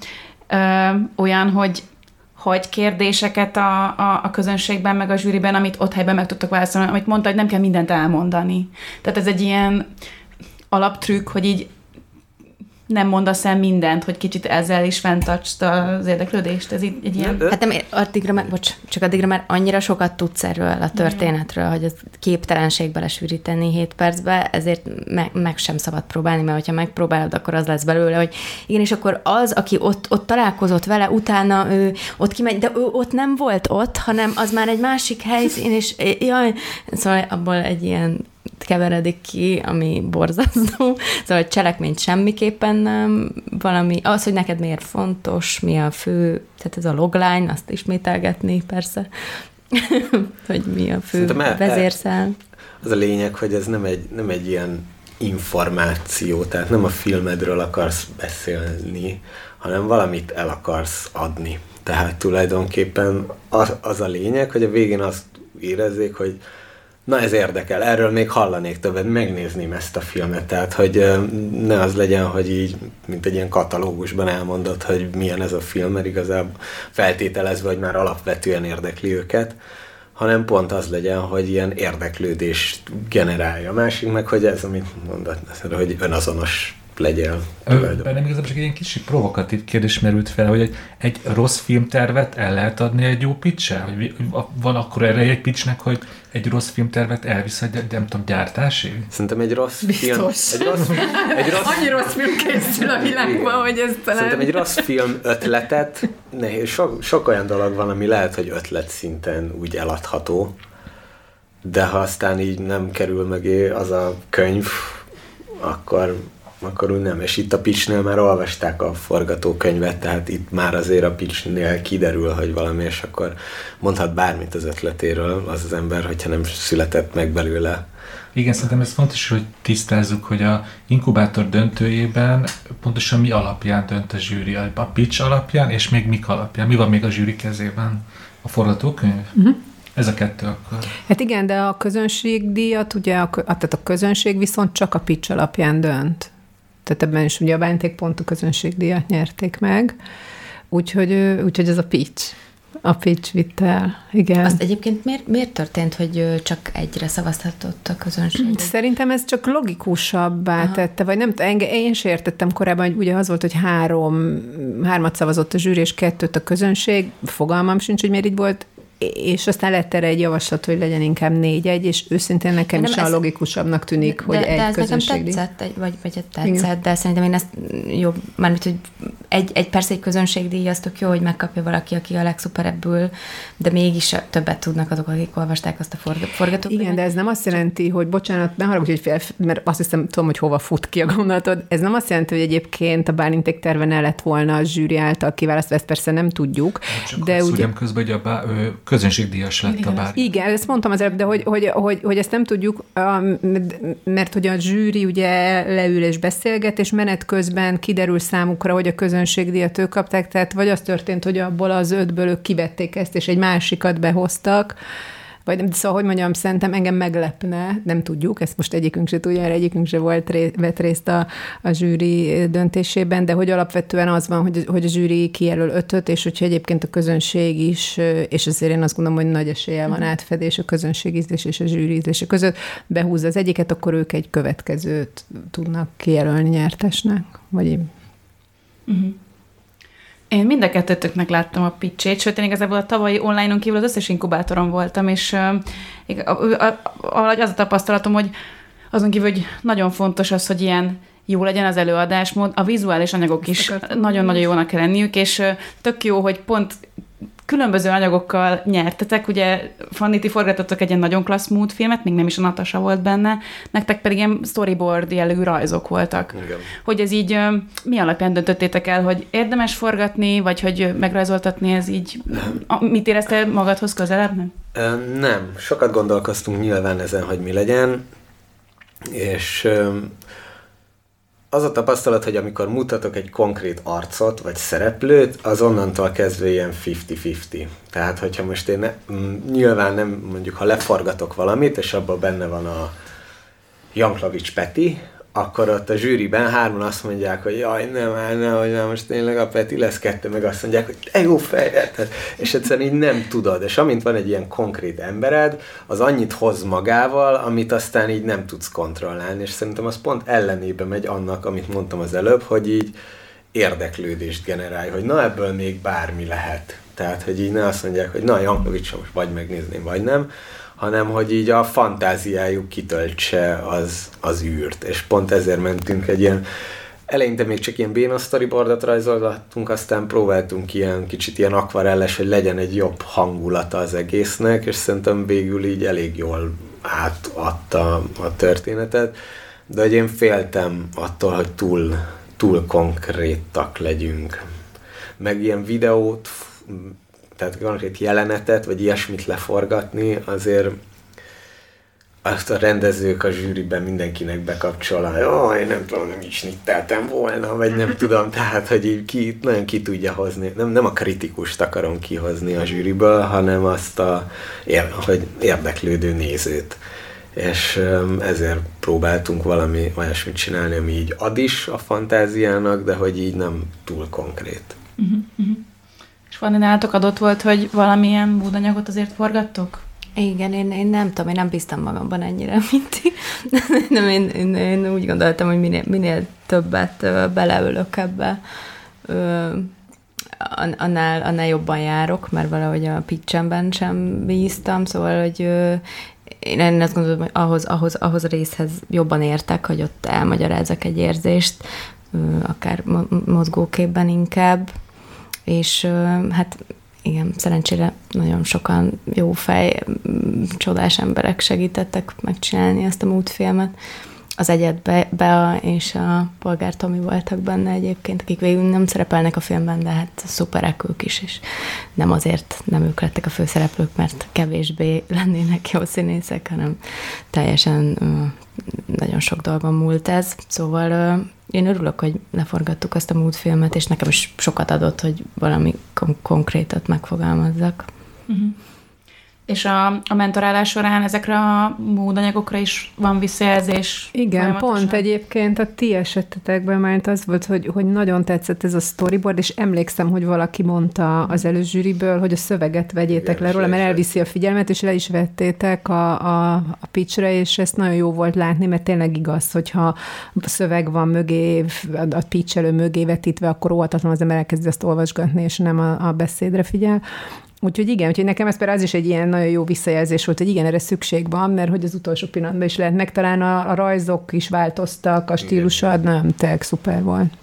olyan, hogy hagy kérdéseket a közönségben, meg a zsűriben, amit ott helyben meg tudtak válaszolni, amit mondta, hogy nem kell mindent elmondani. Tehát ez egy ilyen alaptrükk, hogy így nem mondasz el mindent, hogy kicsit ezzel is fenntartsd az érdeklődést. Ez így egy ilyen... Hát nem, addigra már annyira sokat tudsz erről a történetről, hogy az képtelenség belesűríteni 7 percbe, ezért meg sem szabad próbálni, mert hogyha megpróbálod, akkor az lesz belőle, hogy igen, és akkor az, aki ott találkozott vele, utána ő ott kimegy, de ő ott nem volt ott, hanem az már egy másik helyszín, és jaj, szóval abból egy ilyen keveredik ki, ami borzasztó. Szóval a cselekményt semmiképpen nem. Valami, az, hogy neked miért fontos, mi a fő, tehát ez a logline, azt ismételgetni persze, hogy mi a fő vezérszál. Az a lényeg, hogy ez nem egy ilyen információ, tehát nem a filmedről akarsz beszélni, hanem valamit el akarsz adni. Tehát tulajdonképpen az a lényeg, hogy a végén azt érezzék, hogy na ez érdekel, erről még hallanék többet, megnézném ezt a filmet, tehát hogy ne az legyen, hogy így, mint egy ilyen katalógusban elmondod, hogy milyen ez a film, mert igazából feltételezve, hogy már alapvetően érdekli őket, hanem pont az legyen, hogy ilyen érdeklődést generálja. A másik meg, hogy ez, amit mondod, hogy önazonos legyél. Bennem igazából csak egy ilyen kicsi provokatív kérdés merült fel, hogy egy rossz filmtervet el lehet adni egy jó pitch-el? Hogy van akkor erre egy pitchnek, hogy egy rossz filmtervet elvisz, nem tudom, gyártásig? Szerintem egy rossz biztos. film... Annyi rossz film készül a világban, hogy ez talán... Szerintem egy rossz film ötletet, sok olyan dolog van, ami lehet, hogy ötlet szinten úgy eladható, de ha aztán így nem kerül mögé az a könyv, akkor úgy nem. És itt a pitchnél már olvasták a forgatókönyvet, tehát itt már azért a pitchnél kiderül, hogy valami, és akkor mondhat bármit az ötletéről az ember, hogyha nem született meg belőle. Igen, szerintem ez fontos, hogy tisztázzuk, hogy a inkubátor döntőjében pontosan mi alapján dönt a zsűri, a pitch alapján, és még mik alapján. Mi van még a zsűri kezében? A forgatókönyv? Uh-huh. Ez a kettő akkor. Hát igen, de a közönségdíjat, ugye, tehát a közönség viszont csak a pitch alapján dönt. Tehát ebben is ugye a Bánték.hu közönségdíjat nyerték meg, úgyhogy ez a pitch vitt el. Igen. Azt egyébként miért történt, hogy csak egyre szavazhatott a közönség? Szerintem ez csak logikusabbá tette, vagy nem, én sem értettem korábban, hogy ugye az volt, hogy 3 szavazott a zsűri, és 2 a közönség, fogalmam sincs, hogy miért így volt. és aztán lett erre egy javaslat, hogy legyen inkább 4-1, és őszintén nekem is a logikusabbnak tűnik, hogy egy közönségdíj. De ez nekem tetszett, vagy tetszett, igen. De szerintem én ezt jobb, mármint, hogy persze egy közönségdíj, az tök jó, hogy megkapja valaki, aki a legszuperebbül, de mégis többet tudnak azok, akik olvasták azt a forgatókönyvet. Igen, de ez nem azt jelenti, hogy bocsánat, ne haragudj, hogy mert azt hiszem, tudom, hogy hova fut ki a gondolatod. Ez nem azt jelenti, hogy egyébként a Bálinték terve ne lett volna a zsűri által kiválasztva, ezt persze nem tudjuk. Csak de ugye közben, hogy a közönségdíjas lett igen, a Bálint. Igen, ezt mondtam az előbb, de hogy ezt nem tudjuk, mert hogy a zsűri ugye leül és beszélget, és menet közben kiderül számukra, hogy a közönségdíjat ők kapták, tehát vagy az történt, hogy abból az 5-ből ők kivették ezt, és egy másikat behoztak, vagy nem, szóval, hogy mondjam, szerintem engem meglepne, nem tudjuk, ezt most egyikünk se tudja, egyikünk se vett részt a zsűri döntésében, de hogy alapvetően az van, hogy a zsűri kijelöl 5-öt, és hogyha egyébként a közönség is, és azért én azt gondolom, hogy nagy eséllyel van átfedés a közönségízlés és a zsűri ízlése között, behúzza az egyiket, akkor ők egy következőt tudnak kijelölni nyertesnek, vagy én. Én mind a kettőtöknek láttam a pitchét, sőt, én igazából a tavalyi online-on kívül az összes inkubátoron voltam, és az a tapasztalatom, hogy azon kívül, hogy nagyon fontos az, hogy ilyen jó legyen az előadásmód, a vizuális anyagok is nagyon-nagyon jónak kell lenniük, és tök jó, hogy pont különböző anyagokkal nyertetek, ugye Fanni, ti forgatottak egy ilyen nagyon klassz mood filmet, még nem is a Natasha volt benne, nektek pedig ilyen storyboard jellegű rajzok voltak. Igen. Hogy ez így mi alapján döntöttétek el, hogy érdemes forgatni, vagy hogy megrajzoltatni, ez így, mit éreztél magadhoz közelebb? Nem, sokat gondolkoztunk nyilván ezen, hogy mi legyen, és az a tapasztalat, hogy amikor mutatok egy konkrét arcot, vagy szereplőt, az onnantól kezdve ilyen 50-50. Tehát, hogyha most én nyilván nem, mondjuk, ha leforgatok valamit, és abban benne van a Janklavics Peti, akkor ott a zsűriben 3 azt mondják, hogy jaj, nem, most tényleg a Peti lesz, 2 meg azt mondják, hogy te jó fejjel. És egyszerűen így nem tudod. És amint van egy ilyen konkrét embered, az annyit hoz magával, amit aztán így nem tudsz kontrollálni. És szerintem az pont ellenébe megy annak, amit mondtam az előbb, hogy így érdeklődést generálj, hogy na ebből még bármi lehet. Tehát, hogy így ne azt mondják, hogy na Jankovics, most vagy megnézném, vagy nem, hanem hogy így a fantáziájuk kitöltse az űrt. És pont ezért mentünk egy ilyen, eleinte még csak ilyen béna storyboardot rajzolgattunk, aztán próbáltunk ilyen kicsit ilyen akvarelles, hogy legyen egy jobb hangulata az egésznek, és szerintem végül így elég jól átadta a történetet, de hogy én féltem attól, hogy túl konkrétak legyünk. Meg ilyen videót, tehát konkrét jelenetet, vagy ilyesmit leforgatni, azért azt a rendezők a zsűriben mindenkinek bekapcsol, én nem tudom, nem is snitteltem volna, vagy nem tudom, tehát, hogy így nagyon ki tudja hozni. Nem a kritikust akarom kihozni a zsűriből, hanem azt hogy érdeklődő nézőt. És ezért próbáltunk valami olyasmit csinálni, ami így ad is a fantáziának, de hogy így nem túl konkrét. És Fanni, nálatok adott volt, hogy valamilyen módanyagot azért forgattok? Igen, én nem tudom, én nem bíztam magamban ennyire, mint ti. Nem, én úgy gondoltam, hogy minél többet beleölök ebbe, annál jobban járok, mert valahogy a pitchemben sem bíztam, szóval, hogy én azt gondolom, hogy ahhoz a részhez jobban értek, hogy ott elmagyarázzak egy érzést, akár mozgóképben inkább, és hát igen, szerencsére nagyon sokan jó fej, csodás emberek segítettek megcsinálni ezt a moodfilmet. Az Egyed Bea és a Polgár Tomi voltak benne egyébként, akik végül nem szerepelnek a filmben, de hát szuperek ők is, és nem azért nem ők lettek a főszereplők, mert kevésbé lennének jó színészek, hanem teljesen nagyon sok dolgon múlt ez. Szóval én örülök, hogy leforgattuk azt a moodfilmet, és nekem is sokat adott, hogy valami konkrétat megfogalmazzak. Uh-huh. És a mentorálás során ezekre a módanyagokra is van visszajelzés? Igen, pont egyébként a ti esetetekben már az volt, hogy nagyon tetszett ez a storyboard, és emlékszem, hogy valaki mondta az előzsűriből, hogy a szöveget vegyétek le róla, mert elviszi a figyelmet, és le is vettétek a pitchre, és ezt nagyon jó volt látni, mert tényleg igaz, hogyha szöveg van mögé, a pitch elő mögé vetítve, akkor óvatatlan az ember elkezdi azt olvasgatni, és nem a beszédre figyel. Úgyhogy igen, úgyhogy nekem ez például az is egy ilyen nagyon jó visszajelzés volt, hogy igen, erre szükség van, mert hogy az utolsó pillanatban is lehetnek, talán a rajzok is változtak, a stílusa, nem, tényleg szuper volt.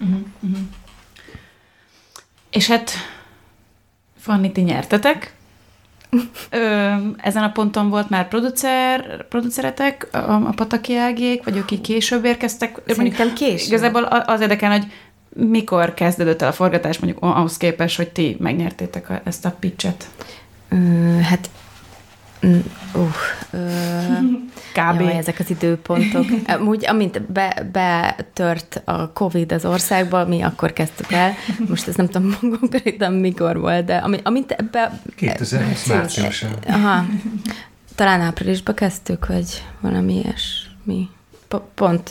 És hát Fanni, ti nyertetek. Ezen a ponton volt már produceretek, a Pataki Ágiék, vagy ők így később érkeztek? Szerintem később. Igazából az érdekel, hogy mikor kezdődött el a forgatás, mondjuk ahhoz képest, hogy ti megnyertétek ezt a pitchet? Hát kb. Jaj, ezek az időpontok. Úgy, amint betört a Covid az országba, mi akkor kezdtük el. Most ezt nem tudom konkrétan mikor volt, de amint 2020 márciusban. Aha. Talán áprilisban kezdtük, vagy valami ilyesmi. Pont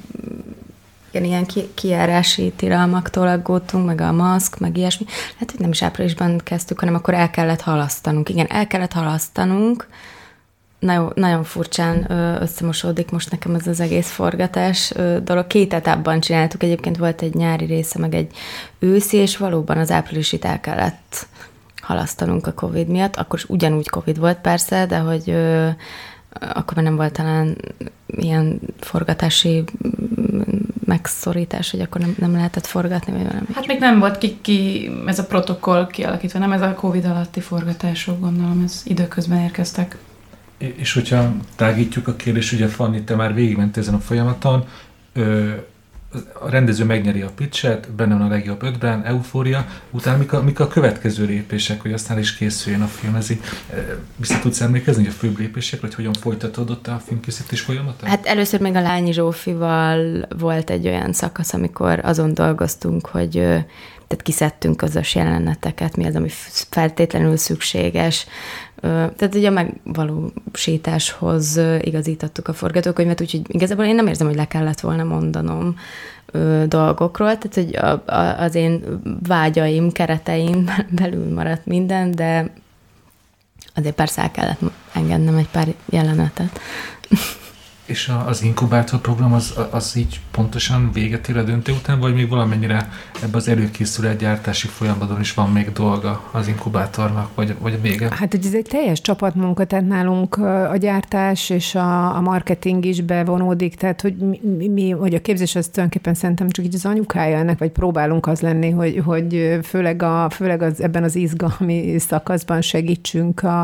ilyen kijárási tilalmaktól aggódtunk, meg a maszk, meg ilyesmi. Hát, hogy nem is áprilisban kezdtük, hanem akkor el kellett halasztanunk. Igen, el kellett halasztanunk. Nagyon furcsán összemosódik most nekem ez az egész forgatás dolog. 2 etapban csináltuk, egyébként volt egy nyári része, meg egy őszi, és valóban az áprilisit el kellett halasztanunk a Covid miatt. Akkor is ugyanúgy Covid volt persze, de hogy akkor már nem volt talán ilyen forgatási megszorítás, hogy akkor nem lehetett forgatni, vagy valami. Hát még nem volt ez a protokoll kialakítva, nem ez a Covid alatti forgatások, gondolom, ez időközben érkeztek. És hogyha tágítjuk a kérdést, ugye Fanni, te már végigment ezen a folyamaton, a rendező megnyeri a pitchet, benne van a legjobb 5-ben, eufória, utána mik a következő lépések, hogy aztán is készüljön a film? Vissza tudsz emlékezni, hogy a főbb lépések, vagy hogyan folytatódott a filmkészítés folyamata? Hát először még a Lányi Zsófival volt egy olyan szakasz, amikor azon dolgoztunk, hogy tehát kiszedtünk közös jeleneteket, mi az, ami feltétlenül szükséges. Tehát ugye a megvalósításhoz igazítottuk a forgatókönyvet, úgyhogy igazából én nem érzem, hogy le kellett volna mondanom dolgokról, tehát hogy az én vágyaim, kereteim belül maradt minden, de azért persze el kellett engednem egy pár jelenetet. És az inkubátor program az így pontosan véget ér a döntő után, vagy még valamennyire ebbe az előkészület gyártási folyamatban is van még dolga az inkubátornak, vagy a vége? Hát ez egy teljes csapatmunka, tehát nálunk a gyártás és a marketing is bevonódik, tehát hogy a képzés az tulajdonképpen szerintem csak így az anyukája ennek, vagy próbálunk az lenni, hogy főleg ebben az izgalmi szakaszban segítsünk a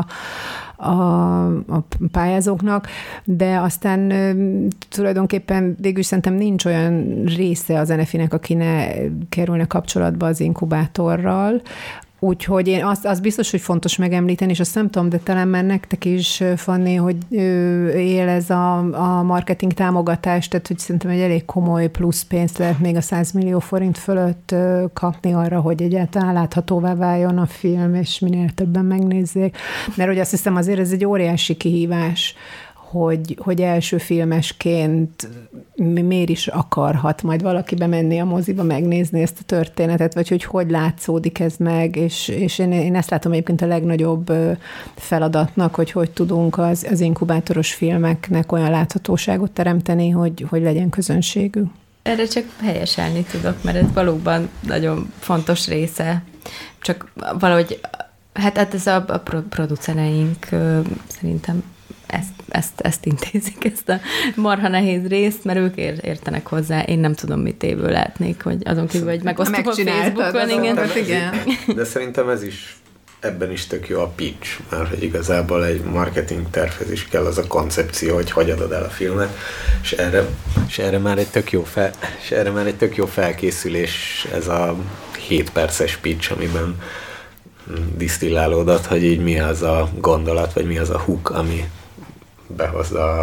pályázóknak, de aztán tulajdonképpen végül szerintem nincs olyan része a zenefinek, aki ne kerülne kapcsolatba az inkubátorral. Úgyhogy én az biztos, hogy fontos megemlíteni, és azt nem tudom, de talán már nektek is, Fanni, hogy él ez a marketing támogatás, tehát hogy szerintem egy elég komoly plusz pénzt lehet még a 100 millió forint fölött kapni arra, hogy egyáltalán láthatóvá váljon a film, és minél többen megnézzék. Mert hogy azt hiszem azért ez egy óriási kihívás, hogy első filmesként miért is akarhat majd valaki bemenni a moziba, megnézni ezt a történetet, vagy hogy látszódik ez meg, és én ezt látom egyébként a legnagyobb feladatnak, hogy tudunk az inkubátoros filmeknek olyan láthatóságot teremteni, hogy legyen közönségük. Erre csak helyeselni tudok, mert ez valóban nagyon fontos része. Csak valahogy, hát ez a producereink szerintem ezt intézik, ezt a marha nehéz részt, mert ők értenek hozzá. Én nem tudom, mit évül látnék, hogy azon kívül, hogy megosztom a Facebookon. Igen. De szerintem ez is, ebben is tök jó a pitch, mert hogy igazából egy marketing tervhez is kell az a koncepció, hogy adod el a filmet, és erre már egy tök jó felkészülés ez a 7 perces pitch, amiben disztillálódott, hogy így mi az a gondolat, vagy mi az a hook, ami behozza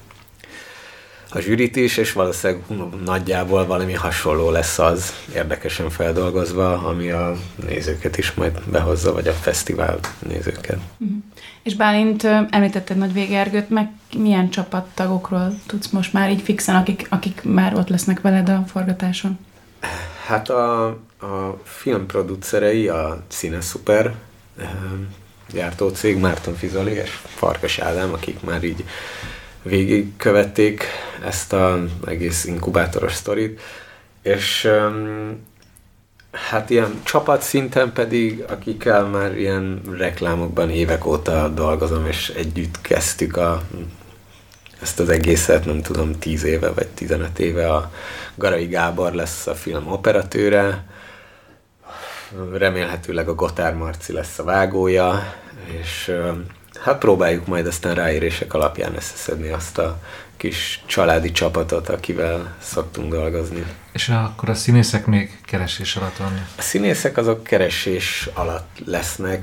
a zsűrit is, és valószínűleg nagyjából valami hasonló lesz az érdekesen feldolgozva, ami a nézőket is majd behozza, vagy a fesztivál nézőket. És Bálint, említetted Nagy Gergőt, meg milyen csapattagokról tudsz most már így fixen, akik már ott lesznek veled a forgatáson? Hát a filmproducerei, a Cine Super gyártócég, Márton Fizoli és Farkas Ádám, akik már így végigkövették ezt az egész inkubátoros sztorit, és Hát ilyen csapatszinten pedig, akikkel már ilyen reklámokban évek óta dolgozom, és együtt kezdtük ezt az egészet, nem tudom, 10 éve vagy 15 éve. A Garai Gábor lesz a film operatőre, remélhetőleg a Gotár Marci lesz a vágója, és hát próbáljuk majd aztán ráérések alapján összeszedni azt a kis családi csapatot, akivel szoktunk dolgozni. És akkor a színészek még keresés alatt vannak? A színészek azok keresés alatt lesznek.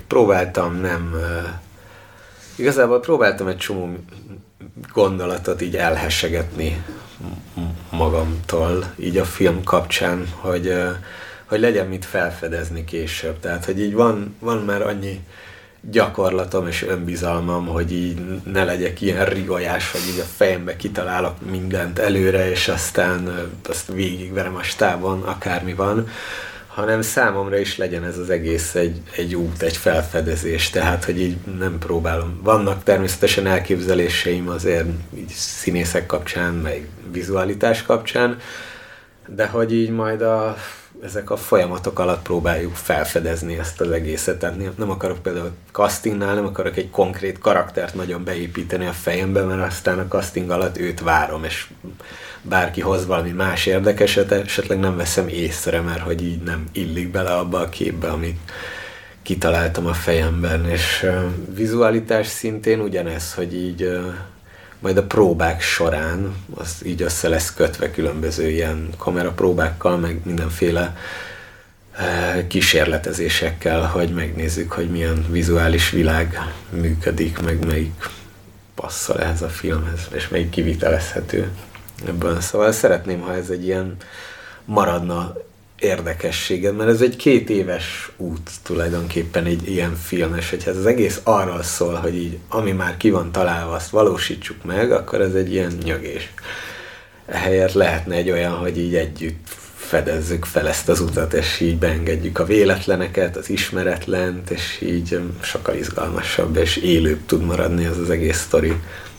Igazából próbáltam egy csomó gondolatot így elhessegetni magamtól, így a film kapcsán, hogy legyen mit felfedezni később. Tehát, hogy így van már annyi gyakorlatom és önbizalmam, hogy így ne legyek ilyen rigolyás, hogy így a fejembe kitalálok mindent előre, és aztán azt végigverem a stábon, akármi van, hanem számomra is legyen ez az egész egy út, egy felfedezés, tehát, hogy így nem próbálom. Vannak természetesen elképzeléseim azért így színészek kapcsán, meg vizualitás kapcsán, de hogy így majd ezek a folyamatok alatt próbáljuk felfedezni ezt az egészet. Tehát nem akarok például castingnál, nem akarok egy konkrét karaktert nagyon beépíteni a fejembe, mert aztán a casting alatt őt várom, és bárki hoz valami más érdekeset, esetleg nem veszem észre, mert hogy így nem illik bele abba a képbe, amit kitaláltam a fejemben. És vizualitás szintén ugyanez, hogy így majd a próbák során az így össze lesz kötve különböző ilyen kamerapróbákkal, meg mindenféle kísérletezésekkel, hogy megnézzük, hogy milyen vizuális világ működik, meg melyik passzol ehhez a filmhez, és melyik kivitelezhető ebből. Szóval szeretném, ha ez egy ilyen maradna érdekességed, mert ez egy 2 éves út tulajdonképpen egy ilyen film, és hogyha ez az egész arról szól, hogy így, ami már ki van találva, azt valósítsuk meg, akkor ez egy ilyen nyögés. Ehelyett lehetne egy olyan, hogy így együtt fedezzük fel ezt az utat, és így beengedjük a véletleneket, az ismeretlent, és így sokkal izgalmasabb és élőbb tud maradni ez az egész sztori.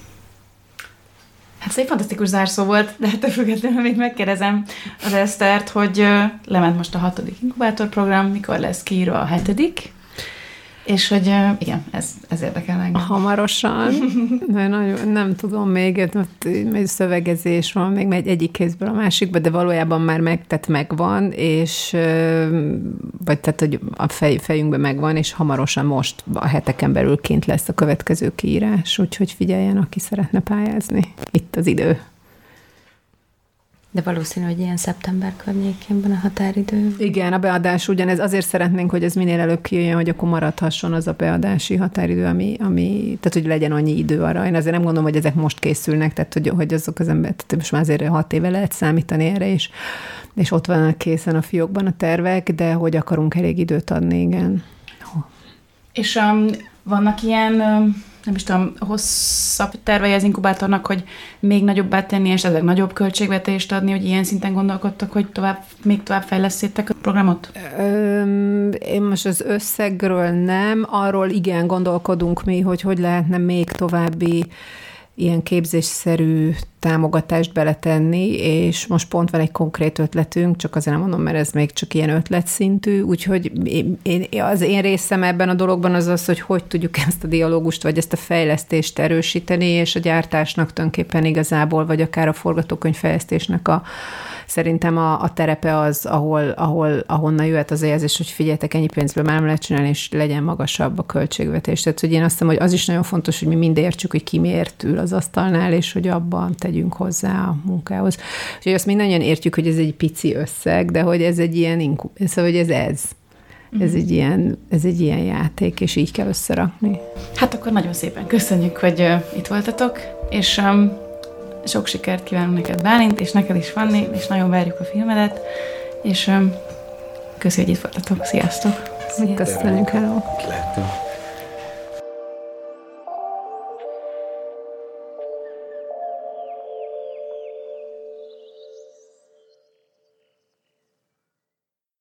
Hát ez egy fantasztikus zárszó volt, de ettől függetlenül még megkérdezem az Esztert, hogy lement most a 6. inkubátorprogram, mikor lesz kiírva a 7. És hogy igen, ez érdekel engem. Hamarosan, mert nagyon, nem tudom még, megy szövegezés van, még megy egyik kézből a másikba, de valójában már megvan, és vagy tehát, hogy a fejünkben megvan, és hamarosan most a heteken belül kint lesz a következő kiírás, úgyhogy figyeljen, aki szeretne pályázni. Itt az idő. De valószínű, hogy ilyen szeptember környékén van a határidő. Igen, a beadás ugyanez. Azért szeretnénk, hogy ez minél előbb kijöjjön, hogy akkor maradhasson az a beadási határidő, ami tehát, hogy legyen annyi idő arra. Én azért nem gondolom, hogy ezek most készülnek, tehát, hogy azok az emberek, tehát most már azért 6 éve lehet számítani erre, és ott vannak készen a fiókban a tervek, de hogy akarunk elég időt adni, igen. És vannak ilyen... nem is tudom, hosszabb tervei az inkubátornak, hogy még nagyobbá tenni, és ezek nagyobb költségvetést adni, hogy ilyen szinten gondolkodtak, hogy még tovább fejlesztétek a programot? Én most az összegről nem, arról igen gondolkodunk mi, hogy lehetne még további ilyen képzésszerű támogatást beletenni, és most pont van egy konkrét ötletünk, csak azért nem mondom, mert ez még csak ilyen ötletszintű, úgyhogy az én részem ebben a dologban az, hogy tudjuk ezt a dialógust, vagy ezt a fejlesztést erősíteni, és a gyártásnak tulajdonképpen igazából, vagy akár a forgatókönyvfejlesztésnek szerintem a terepe az, ahonnan jöhet az érzés, hogy figyeljetek, ennyi pénzből már nem lehet csinálni, és legyen magasabb a költségvetés. Tehát, hogy én azt hiszem, hogy az is nagyon fontos, hogy mi mind értsük, hogy ki miért ül az asztalnál, és hogy abban tegyünk hozzá a munkához. Úgyhogy azt mindannyian értjük, hogy ez egy pici összeg, de hogy ez egy ilyen szóval, hogy ez. Ez egy ilyen játék, és így kell összerakni. Hát akkor nagyon szépen köszönjük, hogy itt voltatok, és sok sikert kívánunk neked, Bálint, és neked is, Fanni, és nagyon várjuk a filmedet, és köszi, hogy itt voltatok. Sziasztok! Köszönjük, hello! Lehetünk.